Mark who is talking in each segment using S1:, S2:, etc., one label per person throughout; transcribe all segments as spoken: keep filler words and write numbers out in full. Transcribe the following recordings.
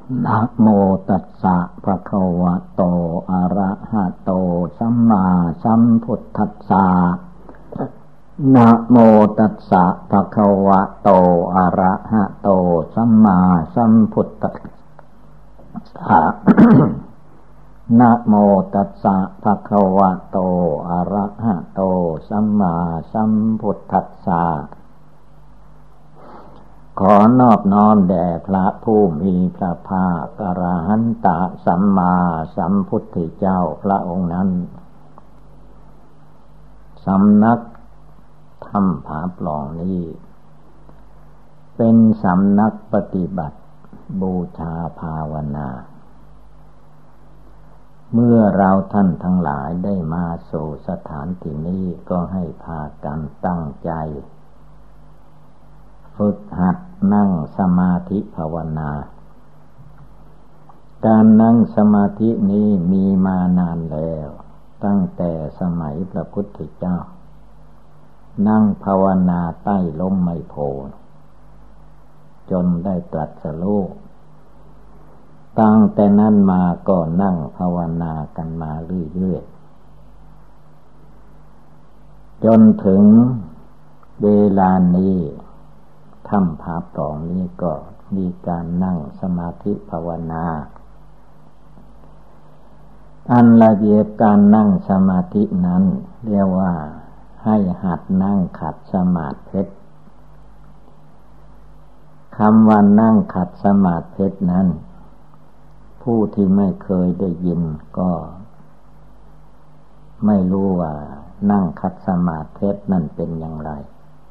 S1: นะโมตัสสะภะคะวะโตอะระหะโตสัมมาสัมพุทธัสสะนะโมตัสสะภะคะวะโตอะระหะโตสัมมาสัมพุทธัสสะนะโมตัสสะภะคะวะโตอะระหะโตสัมมาสัมพุทธัสสะขอนอบน้อมแด่พระผู้มีพระภาคอรหันตสัมมาสัมพุทธเจ้าพระองค์นั้นสำนักถ้ำผาปล่องนี้เป็นสำนักปฏิบัติบูชาภาวนาเมื่อเราท่านทั้งหลายได้มาสู่สถานที่นี้ก็ให้พากันตั้งใจฝึกหัดนั่งสมาธิภาวนาการนั่งสมาธินี้มีมานานแล้วตั้งแต่สมัยพระพุทธเจ้านั่งภาวนาใต้ร่มไมโพธิ์จนได้ตรัสรู้ตั้งแต่นั้นมาก็นั่งภาวนากันมาเรื่อยๆจนถึงเวลานี้ถ้ำผาปล่องนี้ก็มีการนั่งสมาธิภาวนาอันละเอียดการนั่งสมาธินั้นเรียกว่าให้หัดนั่งขัดสมาธิคำว่านั่งขัดสมาธินั้นผู้ที่ไม่เคยได้ยินก็ไม่รู้ว่านั่งขัดสมาธินั่นเป็นอย่างไร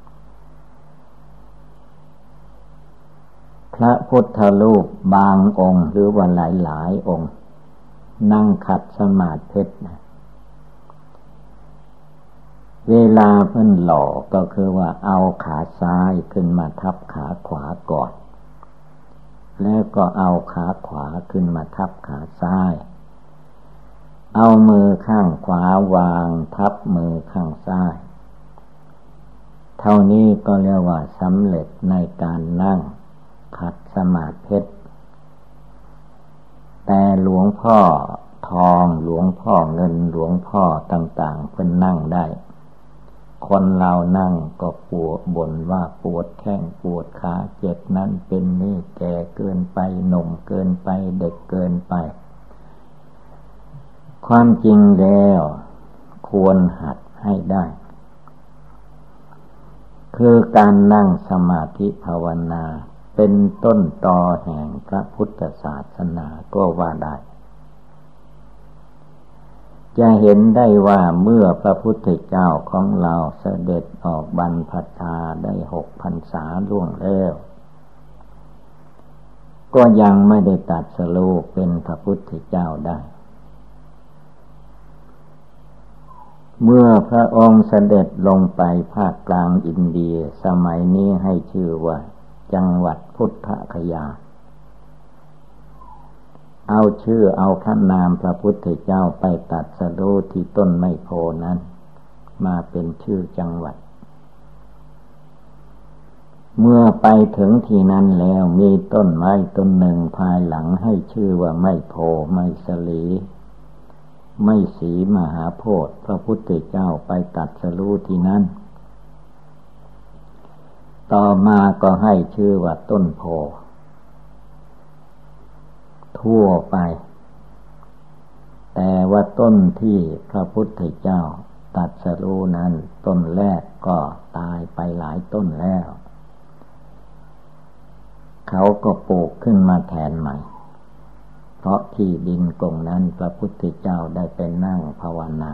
S1: พระพุทธรูปบางองค์หรือว่าหลายๆองค์นั่งขัดสมาธินะเวลาเพิ่นหล่อก็คือว่าเอาขาซ้ายขึ้นมาทับขาขวาก่อนแล้วก็เอาขาขวาขึ้นมาทับขาซ้ายเอามือข้างขวาวางทับมือข้างซ้ายเท่านี้ก็เรียกว่าสำเร็จในการนั่งขัดสมาธิแต่หลวงพ่อทองหลวงพ่อเงินหลวงพ่อต่างๆเพิ่นนั่งได้คนเรานั่งก็ปวดบ่นว่าปวดแข้งปวดขาเจ็บนั้นเป็นนี่แก่เกินไปหนุ่มเกินไปเด็กเกินไปความจริงแล้วควรหัดให้ได้คือการนั่งสมาธิภาวนาเป็นต้นตอแห่งพระพุทธศาสนาก็ว่าได้จะเห็นได้ว่าเมื่อพระพุทธเจ้าของเราเสด็จออกบรรพชาได้หกพรรษาล่วงแล้วก็ยังไม่ได้ตรัสรู้เป็นพระพุทธเจ้าได้เมื่อพระองค์เสด็จลงไปภาคกลางอินเดียสมัยนี้ให้ชื่อว่าจังหวัดพุทธคยาเอาชื่อเอาพระนามพระพุทธเจ้าไปตรัสรู้ที่ต้นไมโพนั้นมาเป็นชื่อจังหวัดเมื่อไปถึงที่นั้นแล้วมีต้นไม้ต้นหนึ่งภายหลังให้ชื่อว่าไมโพไมสลีไมสีมหาโพธิ์พระพุทธเจ้าไปตรัสรู้ที่นั้นต่อมาก็ให้ชื่อว่าต้นโพทั่วไปแต่ว่าต้นที่พระพุทธเจ้าตรัสรู้นั้นต้นแรกก็ตายไปหลายต้นแล้วเขาก็ปลูกขึ้นมาแทนใหม่เพราะที่ดินกงนั้นพระพุทธเจ้าได้ไปนั่งภาวนา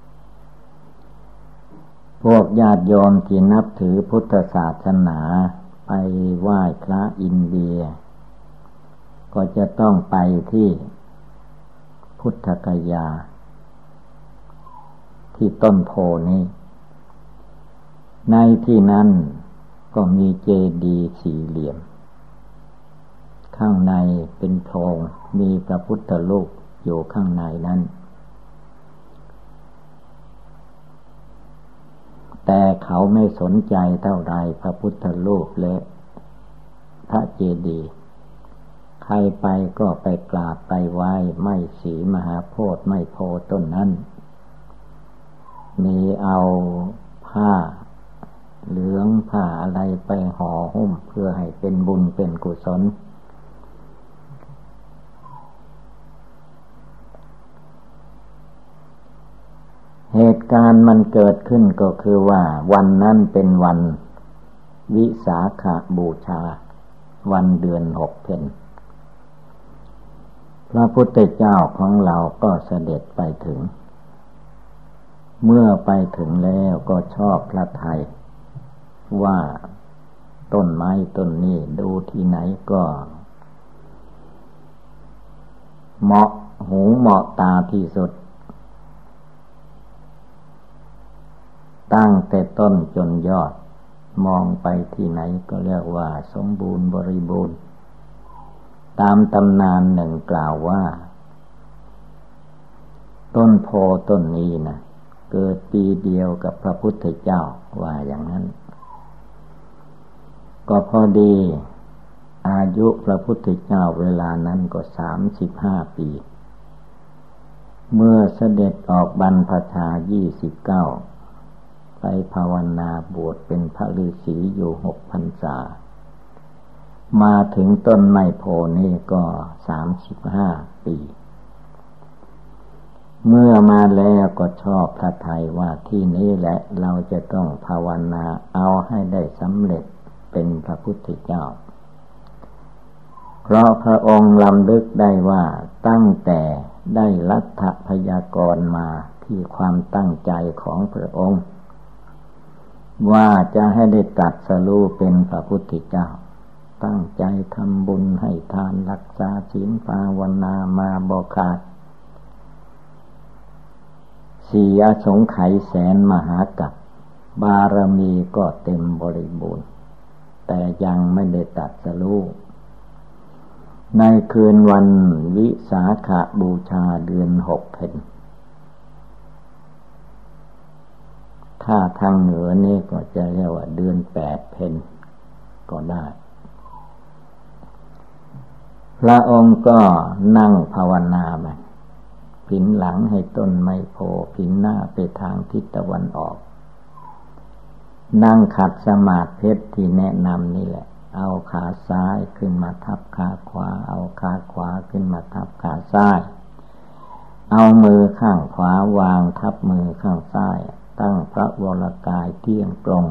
S1: พวกญาติโยมที่นับถือพุทธศาสนาไปไหว้พระอินเดียก็จะต้องไปที่พุทธคยาที่ต้นโพนี้ในที่นั้นก็มีเจดีย์สี่เหลี่ยมข้างในเป็นโพรงมีพระพุทธรูปอยู่ข้างในนั้นแต่เขาไม่สนใจเท่าไรพระพุทธรูปและพระเจดีย์ เใครไปก็ไปกราบไปไหว้ไม่สีมหาโพธิ์ไม่โพต้นนั้นมีเอาผ้าเหลืองผ้าอะไรไปห่อหุ้มเพื่อให้เป็นบุญเป็นกุศลเหตุการณ์มันเกิดขึ้นก็คือว่าวันนั้นเป็นวันวิสาขบูชาวันเดือนหกเพ็ญพระพุทธเจ้าของเราก็เสด็จไปถึงเมื่อไปถึงแล้วก็ชอบพระทัยว่าต้นไม้ต้นนี้ดูที่ไหนก็เหมาะหูเหมาะตาที่สุดตั้งแต่ต้นจนยอดมองไปที่ไหนก็เรียกว่าสมบูรณ์บริบูรณ์ตามตำนานหนึ่งกล่าวว่าต้นโพต้นนี้นะเกิดปีเดียวกับพระพุทธเจ้าว่าอย่างนั้นก็พอดีอายุพระพุทธเจ้าเวลานั้นก็สามสิบห้าปีเมื่อเสด็จออกบรรพชายี่สิบเก้าไปภาวนาบวชเป็นพระฤาษีอยู่หกพรรษามาถึงต้นไม้โพนี่ก็สามสิบห้าปีเมื่อมาแล้วก็ชอบพระทัยว่าที่นี้แหละเราจะต้องภาวนาเอาให้ได้สำเร็จเป็นพระพุทธเจ้าเพราะพระองค์ลำลึกได้ว่าตั้งแต่ได้รัฐพยากรณ์มาที่ความตั้งใจของพระองค์ว่าจะให้ได้ตรัสรู้เป็นพระพุทธเจ้าตั้งใจทำบุญให้ทานรักษาศีลภาวนามาบ่ขาดสี่อสงไขยแสนมหากัปบารมีก็เต็มบริบูรณ์แต่ยังไม่ได้ตรัสรู้ในคืนวันวิสาขบูชาเดือนหกเพ็ญถ้าทางเหนือนี่ก็จะเรียกว่าเดือนแปดเพ็ญก็ได้พระองค์ก็นั่งภาวนาไปผินหลังให้ต้นไม้โพผินหน้าไปทางทิศตะวันออกนั่งขัดสมาธิที่แนะนำนี่แหละเอาขาซ้ายขึ้นมาทับขาขวาเอาขาขวาขึ้นมาทับขาซ้ายเอามือข้างขวาวางทับมือข้างซ้ายตั้งพระวรกายเที่ยงตรง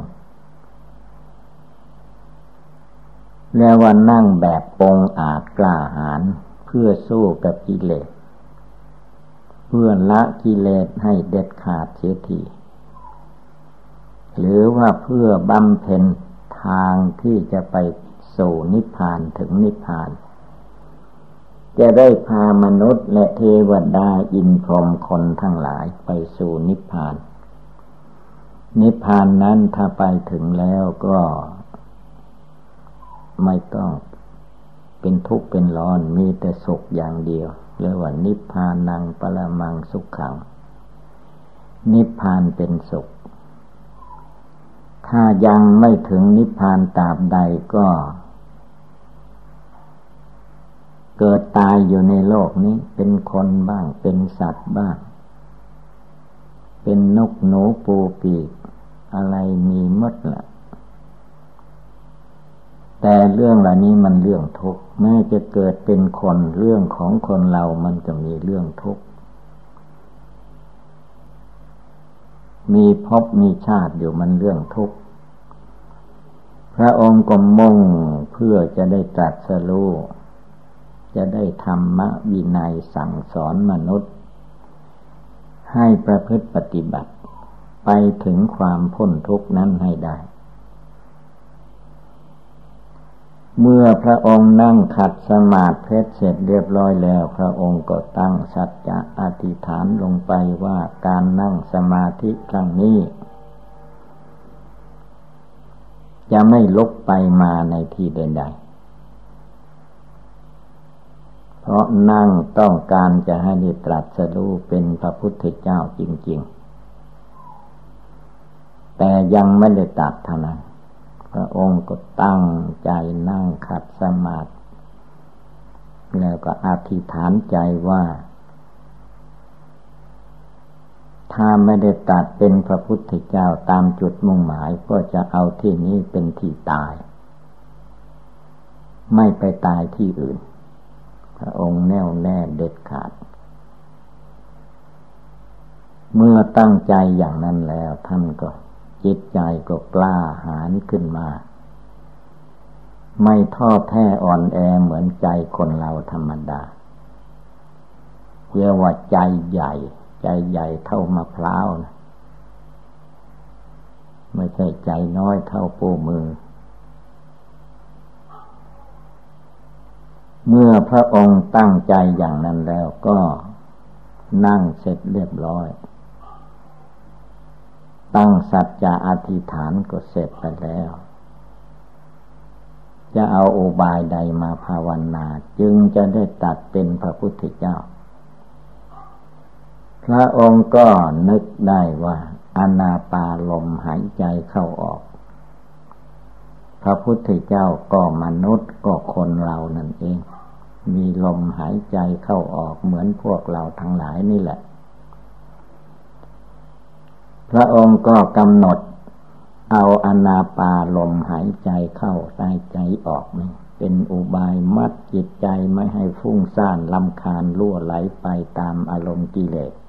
S1: แล้วว่านั่งแบบปงอาจกล้าหาญเพื่อสู้กับกิเลสเพื่อละกิเลสให้เด็ดขาดเสียทีหรือว่าเพื่อบำเพ็ญทางที่จะไปสู่นิพพานถึงนิพพานจะได้พามนุษย์และเทวดาอินพรหมคนทั้งหลายไปสู่นิพพานนิพพานนั้นถ้าไปถึงแล้วก็ไม่ต้องเป็นทุกข์เป็นร้อนมีแต่สุขอย่างเดียวเรียกว่านิพพานังปรมังสุขขังนิพพานเป็นสุขถ้ายังไม่ถึงนิพพานตราบใดก็เกิดตายอยู่ในโลกนี้เป็นคนบ้างเป็นสัตว์บ้างเป็นนกหนูปูปีกอะไรมีหมดละแต่เรื่องเหล่านี้มันเรื่องทุกข์แม้จะเกิดเป็นคนเรื่องของคนเรามันก็มีเรื่องทุกข์มีภพมีชาติอยู่มันเรื่องทุกข์พระองค์ก็มุ่งเพื่อจะได้ตรัสรู้จะได้ธรรมวินัยสั่งสอนมนุษย์ให้ประพฤติปฏิบัติไปถึงความพ้นทุกข์นั้นให้ได้เมื่อพระองค์นั่งขัดสมาธิเสร็จเรียบร้อยแล้วพระองค์ก็ตั้งสัจจะอธิษฐานลงไปว่าการนั่งสมาธิครั้งนี้จะไม่ลุกไปมาในที่ใดๆเพราะนั่งต้องการจะให้ได้ตรัสรู้เป็นพระพุทธเจ้าจริงๆแต่ยังไม่ได้ตรัสเท่านั้นพระองค์ก็ตั้งใจนั่งขัดสมาธิแล้วก็อธิษฐานใจว่าถ้าไม่ได้ตัดเป็นพระพุทธเจ้าตามจุดมุ่งหมายก็จะเอาที่นี้เป็นที่ตายไม่ไปตายที่อื่นพระองค์แน่วแน่เด็ดขาดเมื่อตั้งใจอย่างนั้นแล้วท่านก็จิตใจก็กล้าหาญขึ้นมาไม่ท้อแท้อ่อนแอเหมือนใจคนเราธรรมดาเรียกว่าใจใหญ่ใจใหญ่เท่ามะพร้าวนะไม่ใช่ใจน้อยเท่าปูมือเมื่อพระองค์ตั้งใจอย่างนั้นแล้วก็นั่งเสร็จเรียบร้อยตั้งสัจจะอธิษฐานก็เสร็จไปแล้วจะเอาอุบายใดมาภาวนาจึงจะได้ตัดเป็นพระพุทธเจ้าพระองค์ก็นึกได้ว่าอานาปานลมหายใจเข้าออกพระพุทธเจ้าก็มนุษย์ก็คนเรานั่นเองมีลมหายใจเข้าออกเหมือนพวกเราทั้งหลายนี่แหละพระองค์ก็กำหนดเอาอานาปานลมหายใจเข้าหายใจออกนี่เป็นอุบายมัดจิตใจไม่ให้ฟุ้งซ่านรำคาญล่วไหลไปตามอารมณ์กิเลส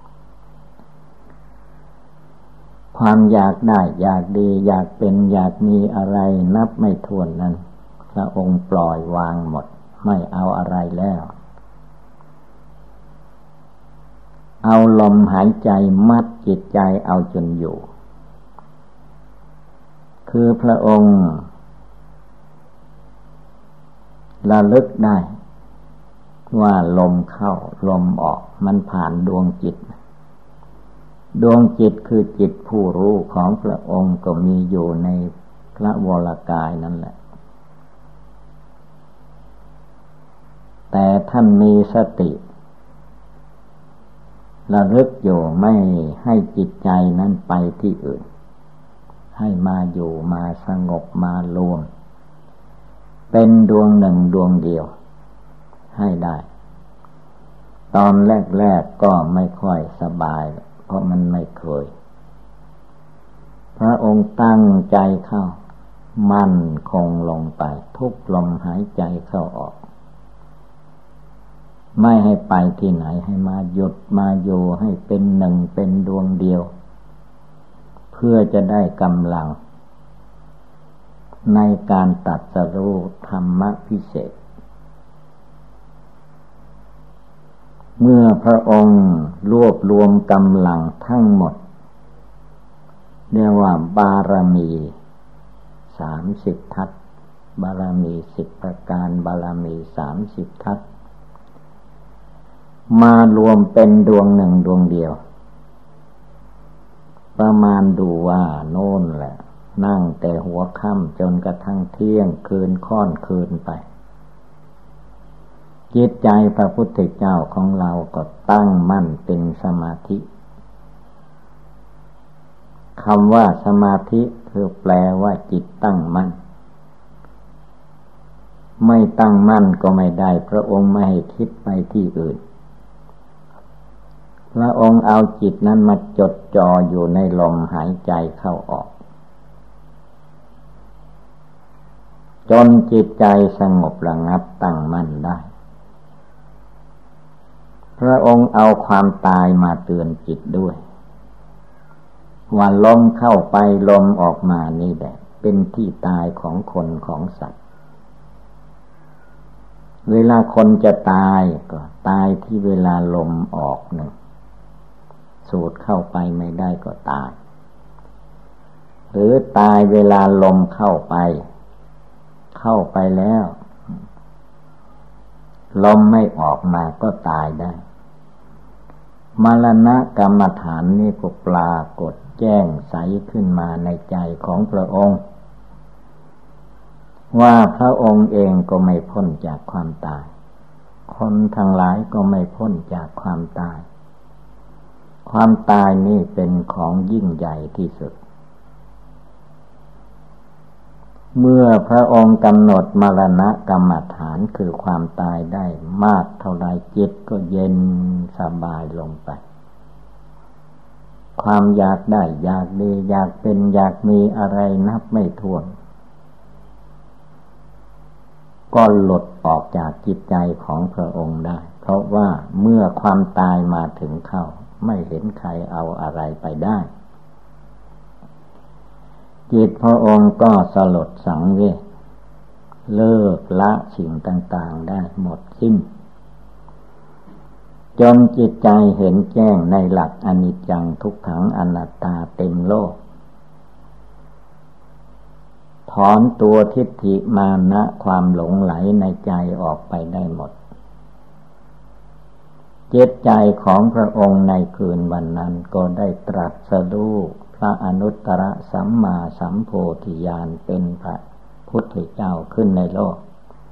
S1: ความอยากได้อยากดีอยากเป็นอยากมีอะไรนับไม่ถ้วนนั้นพระองค์ปล่อยวางหมดไม่เอาอะไรแล้วเอาลมหายใจมัดจิตใจเอาจนอยู่คือพระองค์ระลึกได้ว่าลมเข้าลมออกมันผ่านดวงจิตดวงจิตคือจิตผู้รู้ของพระองค์ก็มีอยู่ในพระวรกายนั่นแหละแต่ท่านมีสติระลึกอยู่ไม่ให้จิตใจนั้นไปที่อื่นให้มาอยู่มาสงบมารวมเป็นดวงหนึ่งดวงเดียวให้ได้ตอนแรกๆก็ไม่ค่อยสบายเพราะมันไม่เคยพระองค์ตั้งใจเข้ามั่นคงลงไปทุกลมหายใจเข้าออกไม่ให้ไปที่ไหนให้มาหยุดมาอยู่ให้เป็นหนึ่งเป็นดวงเดียวเพื่อจะได้กำลังในการตรัสรู้ธรรมะพิเศษเมื่อพระองค์รวบรวมกำลังทั้งหมดเรียกว่าบารมีสามสิบทัศบารมีสิบประการบารมีสามสิบทัศมารวมเป็นดวงหนึ่งดวงเดียวประมาณดูว่าโน่นแหละนั่งแต่หัวค่ำจนกระทั่งเที่ยงคืนค่อนคืนไปจิตใจพระพุทธเจ้าของเราก็ตั้งมั่นเป็นสมาธิคำว่าสมาธิคือแปลว่าจิตตั้งมั่นไม่ตั้งมั่นก็ไม่ได้พระองค์ไม่ให้คิดไปที่อื่นพระองค์เอาจิตนั้นมาจดจ่ออยู่ในลมหายใจเข้าออกจนจิตใจสงบระงับตั้งมั่นได้พระองค์เอาความตายมาเตือนจิตด้วยว่าลมเข้าไปลมออกมานี่แหละเป็นที่ตายของคนของสัตว์เวลาคนจะตายก็ตายที่เวลาลมออกหนึ่งสูดเข้าไปไม่ได้ก็ตายหรือตายเวลาลมเข้าไปเข้าไปแล้วลมไม่ออกมาก็ตายได้มรณะกรรมฐานนี่ก็ปรากฏแจ้งใสขึ้นมาในใจของพระองค์ว่าพระองค์เองก็ไม่พ้นจากความตายคนทั้งหลายก็ไม่พ้นจากความตายความตายนี่เป็นของยิ่งใหญ่ที่สุดเมื่อพระองค์กำหนดมรณะกรรมฐานคือความตายได้มากเท่าใดจิตก็เย็นสบายลงไปความอยากได้อยากดีอยากเป็นอยากมีอะไรนับไม่ถ้วนก็หลุดออกจากจิตใจของพระองค์ได้เพราะว่าเมื่อความตายมาถึงเข้าไม่เห็นใครเอาอะไรไปได้จิตพระองค์ก็สลดสังเวชเลิกละสิ่งต่างๆได้หมดสิ้นจนจิตใจเห็นแจ้งในหลักอนิจจังทุกขังอนัตตาเต็มโลกถอนตัวทิฏฐิมานะความหลงไหลในใจออกไปได้หมดจิตใจของพระองค์ในคืนวันนั้นก็ได้ตรัสรู้พระอนุตตรสัมมาสัมโพธิญาณเป็นพระพุทธเจ้าขึ้นในโลก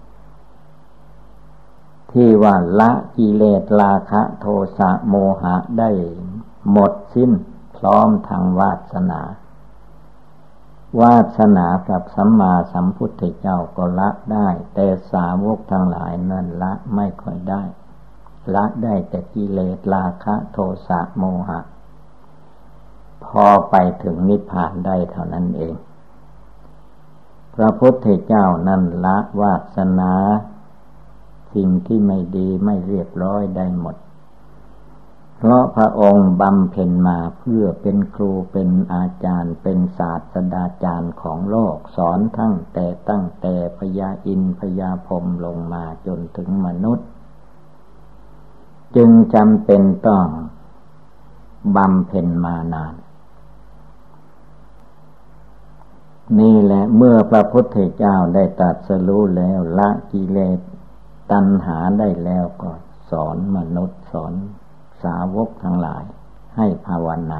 S1: ที่ว่าละกิเลสราคะโทสะโมหะได้หมดสิ้นพร้อมทางวาสนาวาสนากับสัมมาสัมพุทธเจ้าก็ละได้แต่สาวกทั้งหลายนั้นละไม่ค่อยได้ละได้แต่กิเลสราคะโทสะโมหะพอไปถึงนิพพานได้เท่านั้นเองพระพุทธเจ้านั้นละวาสนาสิ่งที่ไม่ดีไม่เรียบร้อยได้หมดเพราะพระองค์บำเพ็ญมาเพื่อเป็นครูเป็นอาจารย์เป็นศาสดาจารย์ของโลกสอนทั้งแต่ตั้งแต่พญาอินทร์พญาพรหมลงมาจนถึงมนุษย์จึงจำเป็นต้องบำเพ็ญมานานนี่แหละเมื่อพระพุทธเจ้าได้ตรัสรู้แล้วละกิเลสตัณหาได้แล้วก็สอนมนุษย์สอนสาวกทั้งหลายให้ภาวนา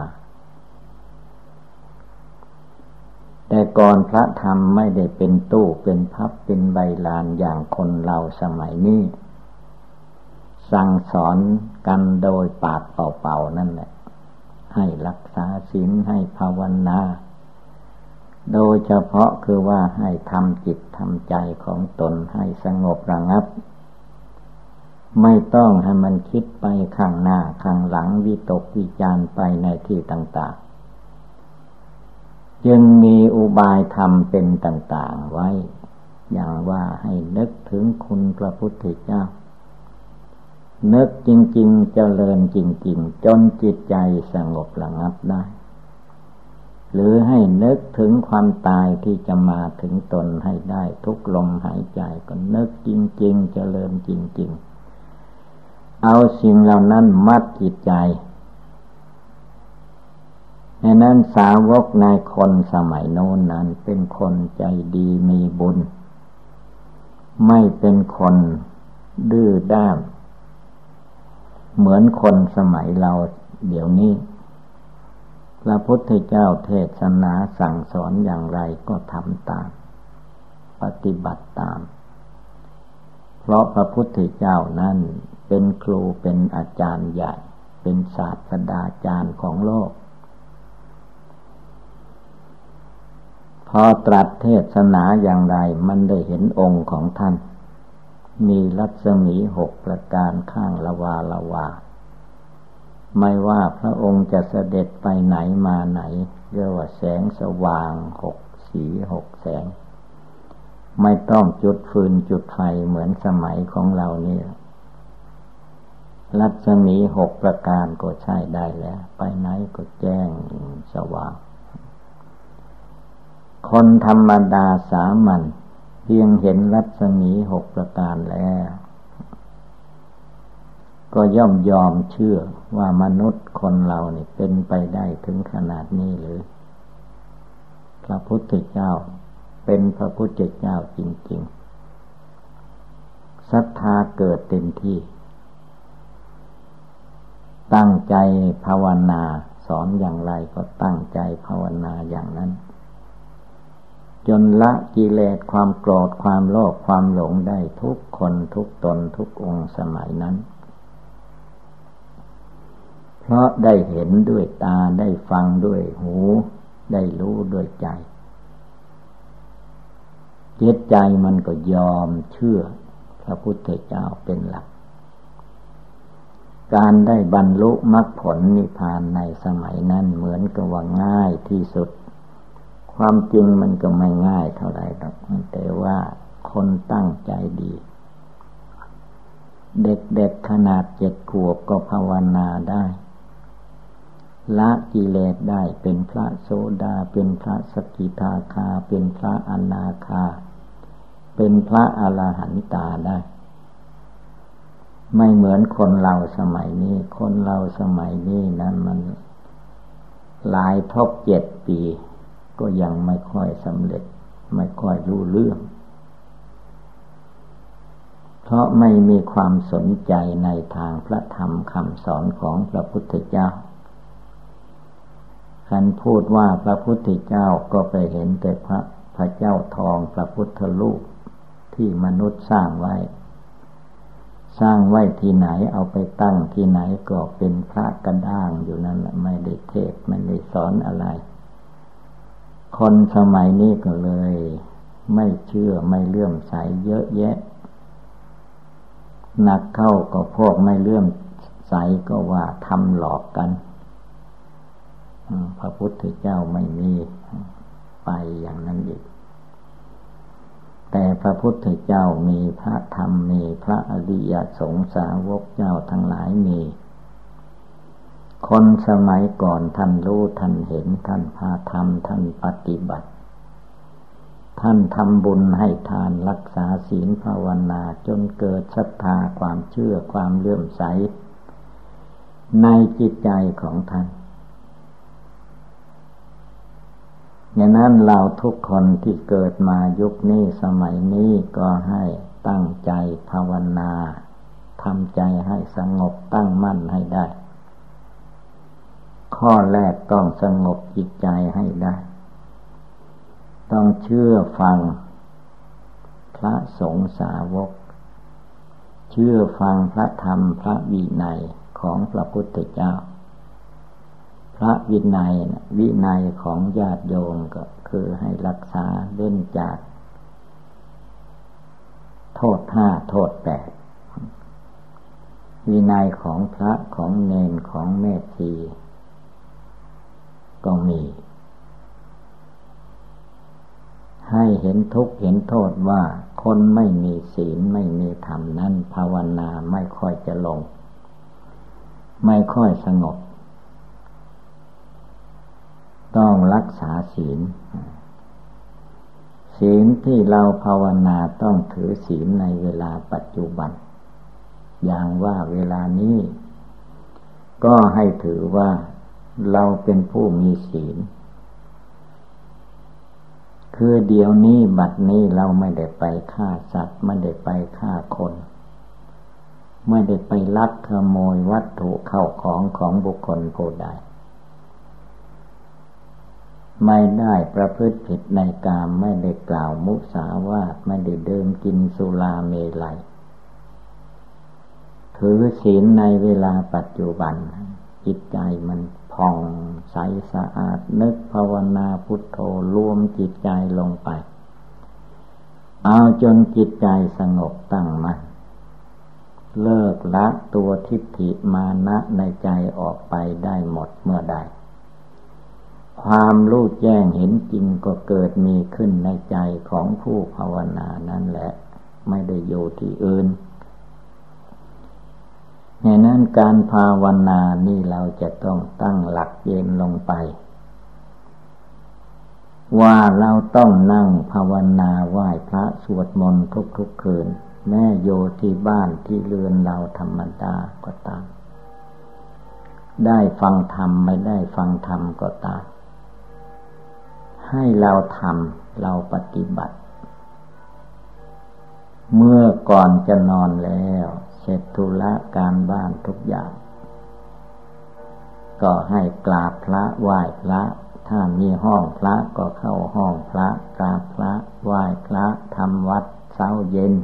S1: แต่ก่อนพระธรรมไม่ได้เป็นตู้เป็นพับเป็นใบลานอย่างคนเราสมัยนี้สั่งสอนกันโดยปากเป่าๆนั่นแหละให้รักษาศีลให้ภาวนาโดยเฉพาะคือว่าให้ทำจิตทำใจของตนให้สงบระงับไม่ต้องให้มันคิดไปข้างหน้าข้างหลังวิตกวิจารไปในที่ต่างๆจึงมีอุบายธรรมเป็นต่างๆไว้อย่างว่าให้นึกถึงคุณพระพุทธเจ้านึกจริงๆเจริญจริงๆจนจิตใจสงบระงับได้หรือให้นึกถึงความตายที่จะมาถึงตนให้ได้ทุกลมหายใจก็นึกจริงๆเจริญจริงๆเอาสิ่งเหล่านั้นมัดจิตใจในนั้นสาวกในคนสมัยโน้นนั้นเป็นคนใจดีมีบุญไม่เป็นคนดื้อด้านเหมือนคนสมัยเราเดี๋ยวนี้พระพุทธเจ้าเทศนาสั่งสอนอย่างไรก็ทำตามปฏิบัติตามเพราะพระพุทธเจ้านั้นเป็นครูเป็นอาจารย์ใหญ่เป็นศาสดาจารย์ของโลกพอตรัสเทศนาอย่างไรมันได้เห็นองค์ของท่านมีรัศมีหกประการข้างละวาละวาไม่ว่าพระองค์จะเสด็จไปไหนมาไหนเรียกว่าแสงสว่างหกสีหกแสงไม่ต้องจุดฟืนจุดไฟเหมือนสมัยของเรานี่รัศมีหกประการก็ใช้ได้แล้วไปไหนก็แจ้งสว่างคนธรรมดาสามัญเพียงเห็นรัศมีหกประการแล้วก็ย่อมยอมเชื่อว่ามนุษย์คนเราเนี่ยเป็นไปได้ถึงขนาดนี้หรือพระพุทธเจ้าเป็นพระพุทธเจ้าจริงๆศรัทธาเกิดเต็มที่ตั้งใจภาวนาสอนอย่างไรก็ตั้งใจภาวนาอย่างนั้นจนละกิเลสความโกรธความโลภความหลงได้ทุกคนทุกตนทุกองค์สมัยนั้นเพราะได้เห็นด้วยตาได้ฟังด้วยหูได้รู้ด้วยใจจิตใจมันก็ยอมเชื่อพระพุทธเจ้าเป็นหลักการได้บรรลุมรรคผลนิพพานในสมัยนั้นเหมือนกับว่าง่ายที่สุดความจริงมันก็ไม่ง่ายเท่าไหร่หรอกแต่ว่าคนตั้งใจดีเด็กๆขนาดเจ็ดขวบก็ภาวนาได้ละกิเลสได้เป็นพระโสดาเป็นพระสกิทาคาเป็นพระอนาคาเป็นพระอรหันตาได้ไม่เหมือนคนเราสมัยนี้คนเราสมัยนี้นั้นมันหลายทบเจ็ดปีก็ยังไม่ค่อยสำเร็จไม่ค่อยรู้เรื่องเพราะไม่มีความสนใจในทางพระธรรมคำสอนของพระพุทธเจ้าคันพูดว่าพระพุทธเจ้าก็ไปเห็นแต่พระพระเจ้าทองพระพุทธรูปที่มนุษย์สร้างไว้สร้างไว้ที่ไหนเอาไปตั้งที่ไหนก็เป็นพระกระด้างอยู่นั่นแหละไม่ได้เทศไม่ได้สอนอะไรคนสมัยนี้ก็เลยไม่เชื่อไม่เลื่อมใสเยอะแยะหนักเข้าก็พวกไม่เลื่อมใสก็ว่าทำหลอกกันพระพุทธเจ้าไม่มีไปอย่างนั้นอีกแต่พระพุทธเจ้ามีพระธรรมมีพระอริยสงสาวกเจ้าทั้งหลายมีคนสมัยก่อนท่านรู้ท่านเห็นท่านพาทำท่านปฏิบัติท่านทำบุญให้ทานรักษาศีลภาวนาจนเกิดศรัทธาความเชื่อความเลื่อมใสในจิตใจของท่านอย่างนั้นเราทุกคนที่เกิดมายุคนี้สมัยนี้ก็ให้ตั้งใจภาวนาทำใจให้สงบตั้งมั่นให้ได้ข้อแรกต้องสงบจิตใจให้ได้ต้องเชื่อฟังพระสงฆ์สาวกเชื่อฟังพระธรรมพระวินัยของพระพุทธเจ้าพระวินัยวินัยของญาติโยมก็คือให้รักษาเว้นจากโทษห้าโทษแปดวินัยของพระของเณรของแม่ชีก็มีให้เห็นทุกข์เห็นโทษว่าคนไม่มีศีลไม่มีธรรมนั้นภาวนาไม่ค่อยจะลงไม่ค่อยสงบต้องรักษาศีลศีลที่เราภาวนาต้องถือศีลในเวลาปัจจุบันอย่างว่าเวลานี้ก็ให้ถือว่าเราเป็นผู้มีศีลคือเดี๋ยวนี้บัดนี้เราไม่ได้ไปฆ่าสัตว์ไม่ได้ไปฆ่าคนไม่ได้ไปลักขโมยวัตถุเข้าของของบุคคลผู้ใดไม่ได้ประพฤติผิดในกามไม่ได้กล่าวมุสาวาทไม่ได้ดื่มกินสุราเมลัยถือศีลในเวลาปัจจุบันจิตใจมันผ่องใสสะอาดนึกภาวนาพุทโธรวมจิตใจลงไปเอาจนจิตใจสงบตั้งมั่นเลิกละตัวทิฏฐิมานะในใจออกไปได้หมดเมื่อใดความรู้แจ้งเห็นจริงก็เกิดมีขึ้นในใจของผู้ภาวนานั่นแหละไม่ได้อยู่ที่อื่นในนั้นการภาวนานี่เราจะต้องตั้งหลักเกณฑ์ลงไปว่าเราต้องนั่งภาวนาไหว้พระสวดมนต์ทุกๆคืนแม้โยที่บ้านที่เรือนเราธรรมดาก็ตามได้ฟังธรรมไม่ได้ฟังธรรมก็ตามให้เราทำเราปฏิบัติเมื่อก่อนจะนอนแล้วเสร็จธุระการบ้านทุกอย่างก็ให้กราบพระไหว้พระถ้ามีห้องพระก็เข้าห้องพระกราบพระไหว้พระทำวัดเช้าเย็น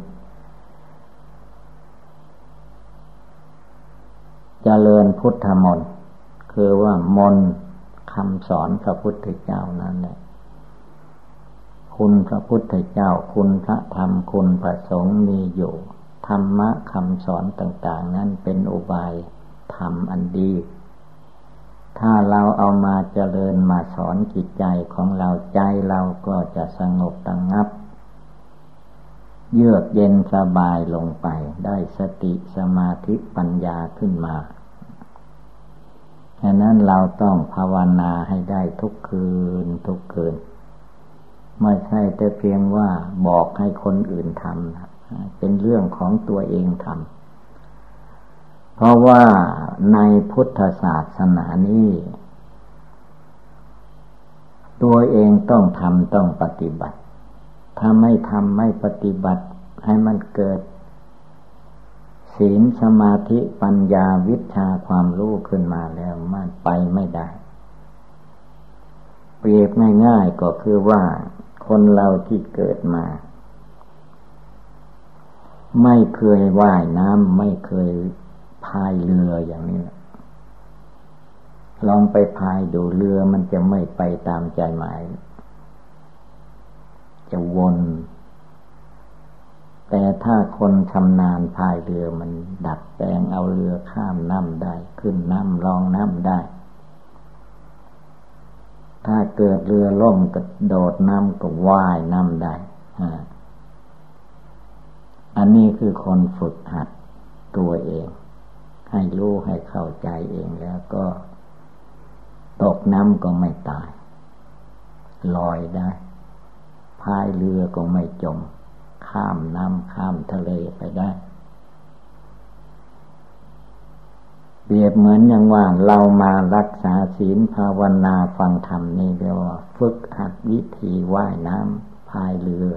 S1: เจริญพุทธมนต์คือว่ามนต์คำสอนพระพุทธเจ้านั่นแหละคุณพระพุทธเจ้าคุณพระธรรมคุณพระสงฆ์มีอยู่ธรรมะคำสอนต่างๆนั้นเป็นอุบายธรรมอันดีถ้าเราเอามาเจริญมาสอนจิตใจของเราใจเราก็จะสงบระงับเยือกเย็นสบายลงไปได้สติสมาธิปัญญาขึ้นมาฉะนั้นเราต้องภาวนาให้ได้ทุกคืนทุกคืนไม่ใช่แต่เพียงว่าบอกให้คนอื่นทำเป็นเรื่องของตัวเองทำเพราะว่าในพุทธศาสนานี้ตัวเองต้องทำต้องปฏิบัติถ้าไม่ทำไม่ปฏิบัติให้มันเกิดศีลสมาธิปัญญาวิชาความรู้ขึ้นมาแล้วมันไปไม่ได้เปรียบง่ายๆก็คือว่าคนเราที่เกิดมาไม่เคยว่ายน้ำไม่เคยพายเรืออย่างนี้ลองไปพายดูเรือมันจะไม่ไปตามใจหมายจะวนแต่ถ้าคนชำนาญพายเรือมันดัดแปลงเอาเรือข้ามน้ำได้ขึ้นน้ำรองน้ำได้ถ้าเกิดเรือล่มก็โดดน้ำก็ว่ายน้ำได้อันนี้คือคนฝึกหัดตัวเองให้รู้ให้เข้าใจเองแล้วก็ตกน้ำก็ไม่ตายลอยได้พายเรือก็ไม่จมข้ามน้ำข้ามทะเลไปได้เปรียบเหมือนอย่างว่าเรามารักษาศีลภาวนาฟังธรรมนี่เรียกว่าฝึกหัดวิธีว่ายน้ำพายเรือ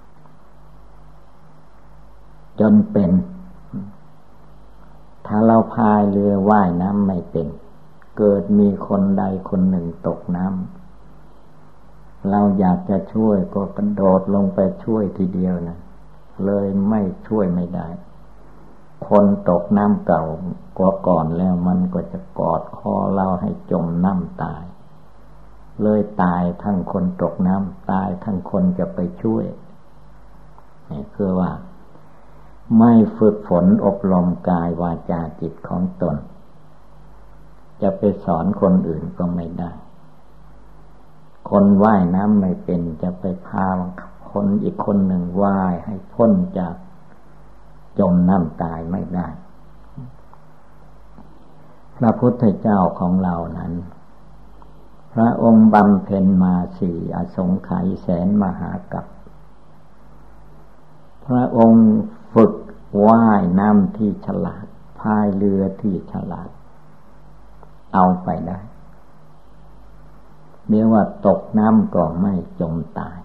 S1: จนเป็นถ้าเราพายเรือว่ายน้ำไม่เป็นเกิดมีคนใดคนหนึ่งตกน้ำเราอยากจะช่วยก็กระโดดลงไปช่วยทีเดียวนะเลยไม่ช่วยไม่ได้คนตกน้ำเก่าก็ก่อนแล้วมันก็จะกอดคอเราให้จมน้ำตายเลยตายทั้งคนตกน้ำตายทั้งคนจะไปช่วยนี่คือว่าไม่ฝึกฝนอบรมกายวาจาจิตของตนจะไปสอนคนอื่นก็ไม่ได้คนว่ายน้ำไม่เป็นจะไปพาคนอีกคนหนึ่งว่ายให้พ้นจากจมน้ำตายไม่ได้พระพุทธเจ้าของเรานั้นพระองค์บำเพ็ญมาสี่อสงไขยแสนมหากัปพระองค์ฝึกว่ายน้ำที่ฉลาดพายเรือที่ฉลาดเอาไปได้เรียกว่าตกน้ำก็ไม่จมตาย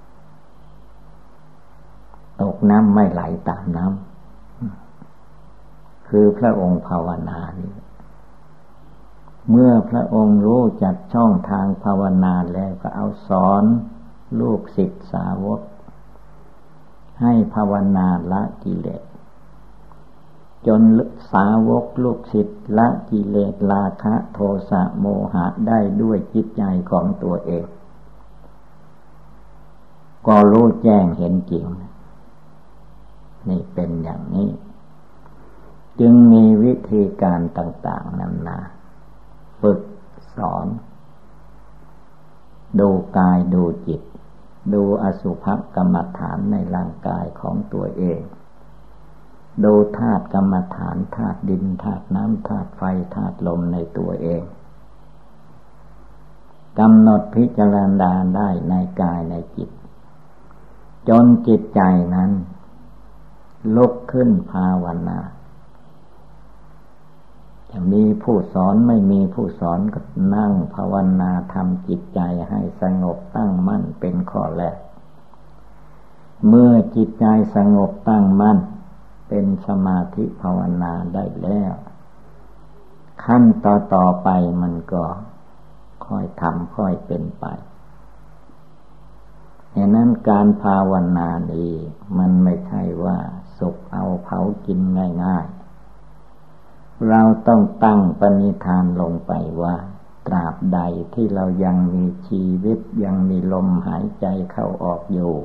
S1: ตกน้ำไม่ไหลตามน้ำคือพระองค์ภาวนานี่เมื่อพระองค์รู้จักช่องทางภาวนาแล้วก็เอาสอนลูกศิษย์สาวกให้ภาวนาละกิเลสจนสาวกลูกศิษย์ละกิเลสราคะโทสะโมหะได้ด้วยจิตใจของตัวเองก็รู้แจ้งเห็นจริงนี่เป็นอย่างนี้จึงมีวิธีการต่างๆนานาฝึกสอนดูกายดูจิตดูอสุภกรรมฐานในร่างกายของตัวเองดูธาตุกรรมฐานธาตุดินธาตุน้ำธาตุไฟธาตุลมในตัวเองกำหนดพิจารณาได้ในกายในจิตจนจิตใจนั้นลุกขึ้นภาวนาจะมีผู้สอนไม่มีผู้สอนก็นั่งภาวนาทำจิตใจให้สงบตั้งมั่นเป็นข้อแรกเมื่อจิตใจสงบตั้งมั่นเป็นสมาธิภาวนาได้แล้วขั้นต่อต่อไปมันก็ค่อยทำค่อยเป็นไปดังนั้นการภาวนานี้มันไม่ใช่ว่าสุกเอาเผากินง่ายๆเราต้องตั้งปณิธานลงไปว่าตราบใดที่เรายังมีชีวิตยังมีลมหายใจเข้าออกอยู่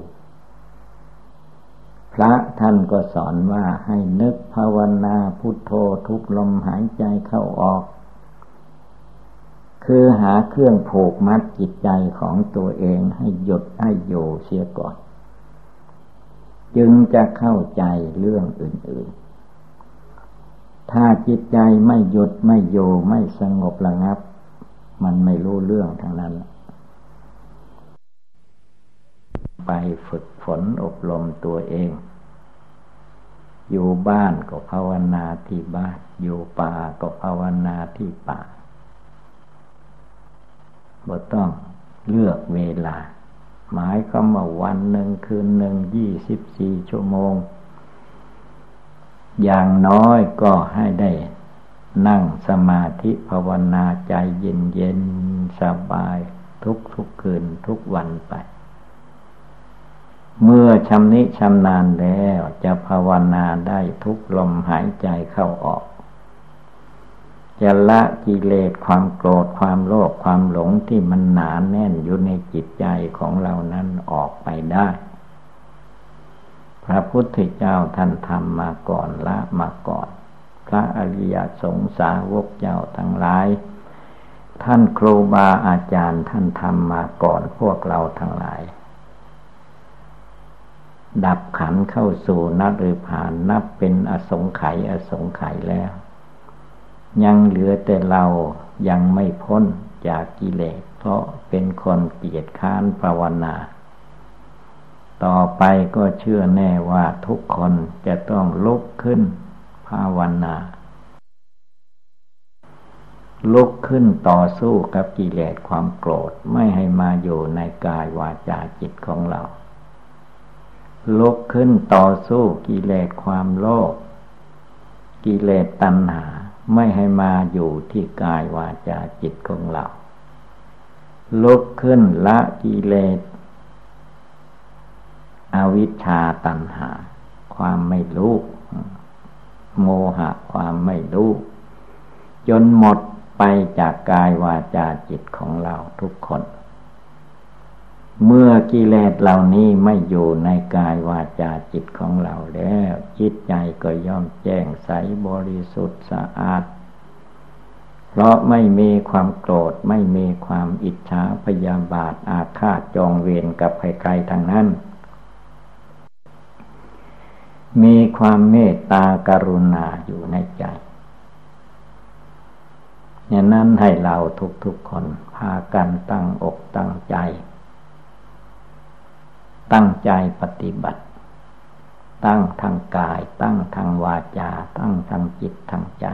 S1: พระท่านก็สอนว่าให้นึกภาวนาพุทโธทุกลมหายใจเข้าออกคือหาเครื่องผูกมัดจิตใจของตัวเองให้หยุดให้อยู่เสียก่อนจึงจะเข้าใจเรื่องอื่นๆถ้าจิตใจไม่หยุดไม่อยู่ไม่สงบระงับมันไม่รู้เรื่องทั้งนั้นไปฝึกฝนอบรมตัวเองอยู่บ้านก็ภาวนาที่บ้านอยู่ป่าก็ภาวนาที่ป่าบ่ต้องเลือกเวลาหมายความว่าวันหนึ่งคืนหนึ่งยี่สิบสี่ชั่วโมงอย่างน้อยก็ให้ได้นั่งสมาธิภาวนาใจเย็นเย็นสบายทุกทุกคืนทุกวันไปเมื่อชำนิชำนาญแล้วจะภาวนาได้ทุกลมหายใจเข้าออกจะละกิเลสความโกรธความโลภความหลงที่มันหนาแน่นอยู่ในจิตใจของเรานั้นออกไปได้พระพุทธเจ้าท่านทำมาก่อนละมาก่อนพระอริยสงฆ์สาวกเจ้าทั้งหลายท่านครูบาอาจารย์ท่านทำมาก่อนพวกเราทั้งหลายดับขันธ์เข้าสู่นฤพานนับเป็นอสงไขยอสงไขยแล้วยังเหลือแต่เรายังไม่พ้นจากกิเลสเพราะเป็นคนเกียจค้านภาวนาต่อไปก็เชื่อแน่ว่าทุกคนจะต้องลุกขึ้นภาวนาลุกขึ้นต่อสู้กับกิเลสความโกรธไม่ให้มาอยู่ในกายวาจาจิตของเราลุกขึ้นต่อสู้กิเลสความโลภกิเลสตัณหาไม่ให้มาอยู่ที่กายวาจาจิตของเราลุกขึ้นละกิเลสอวิชชาตัณหาความไม่รู้โมหะความไม่รู้จนหมดไปจากกายวาจาจิตของเราทุกคนเมื่อกิเลสเหล่านี้ไม่อยู่ในกายวาจาจิตของเราแล้วจิตใจก็ย่อมแจ้งใสบริสุทธิ์สะอาดเพราะไม่มีความโกรธไม่มีความอิจฉาพยาบาทอาฆาตจองเวรกับใครๆทั้งนั้นมีความเมตตากรุณาอยู่ในใจอย่างนั้นให้เราทุกๆคนพากันตั้งอกตั้งใจตั้งใจปฏิบัติตั้งทางกายตั้งทางวาจาตั้งทางจิตทางใจ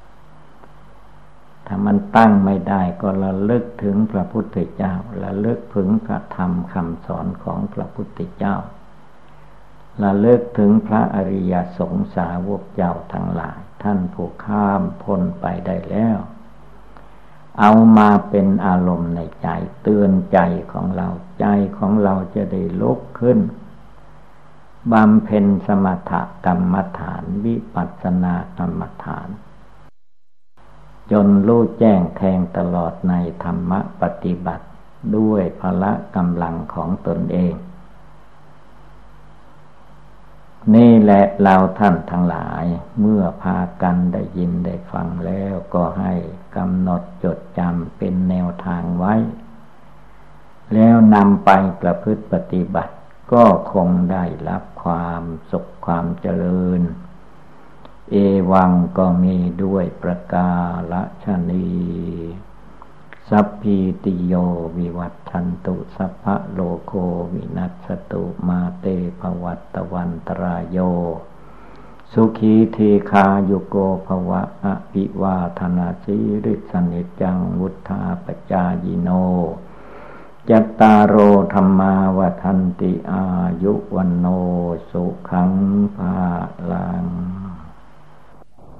S1: ถ้ามันตั้งไม่ได้ก็ระลึกถึงพระพุทธเจ้าระลึกถึงพระธรรมคำสอนของพระพุทธเจ้าระลึกถึงพระอริยสงฆ์สาวกเจ้าทั้งหลายท่านผู้ข้ามพ้นไปได้แล้วเอามาเป็นอารมณ์ในใจเตือนใจของเราใจของเราจะได้ลุกขึ้นบำเพ็ญสมถกรรมฐานวิปัสสนากรรมฐานจนรู้แจ้งแทงตลอดในธรรมปฏิบัติด้วยพละกำลังของตนเองนี่แหละเราท่านทั้งหลายเมื่อพากันได้ยินได้ฟังแล้วก็ให้กำหนดจดจำเป็นแนวทางไว้แล้วนำไปประพฤติปฏิบัติก็คงได้รับความสุขความเจริญเอวังก็มีด้วยประกาศนีสัพพิติโยวิวัตชันตุสัพพะโลโกวินัสสตุมาเตภวัตวันตรายโยสุขีเทคาโยโกภวะอภิวาทนาสิริสนิจจังวุธาปจายโนจัตตารโอธรรมาวทันติอายุวันโนสุขังภาลัง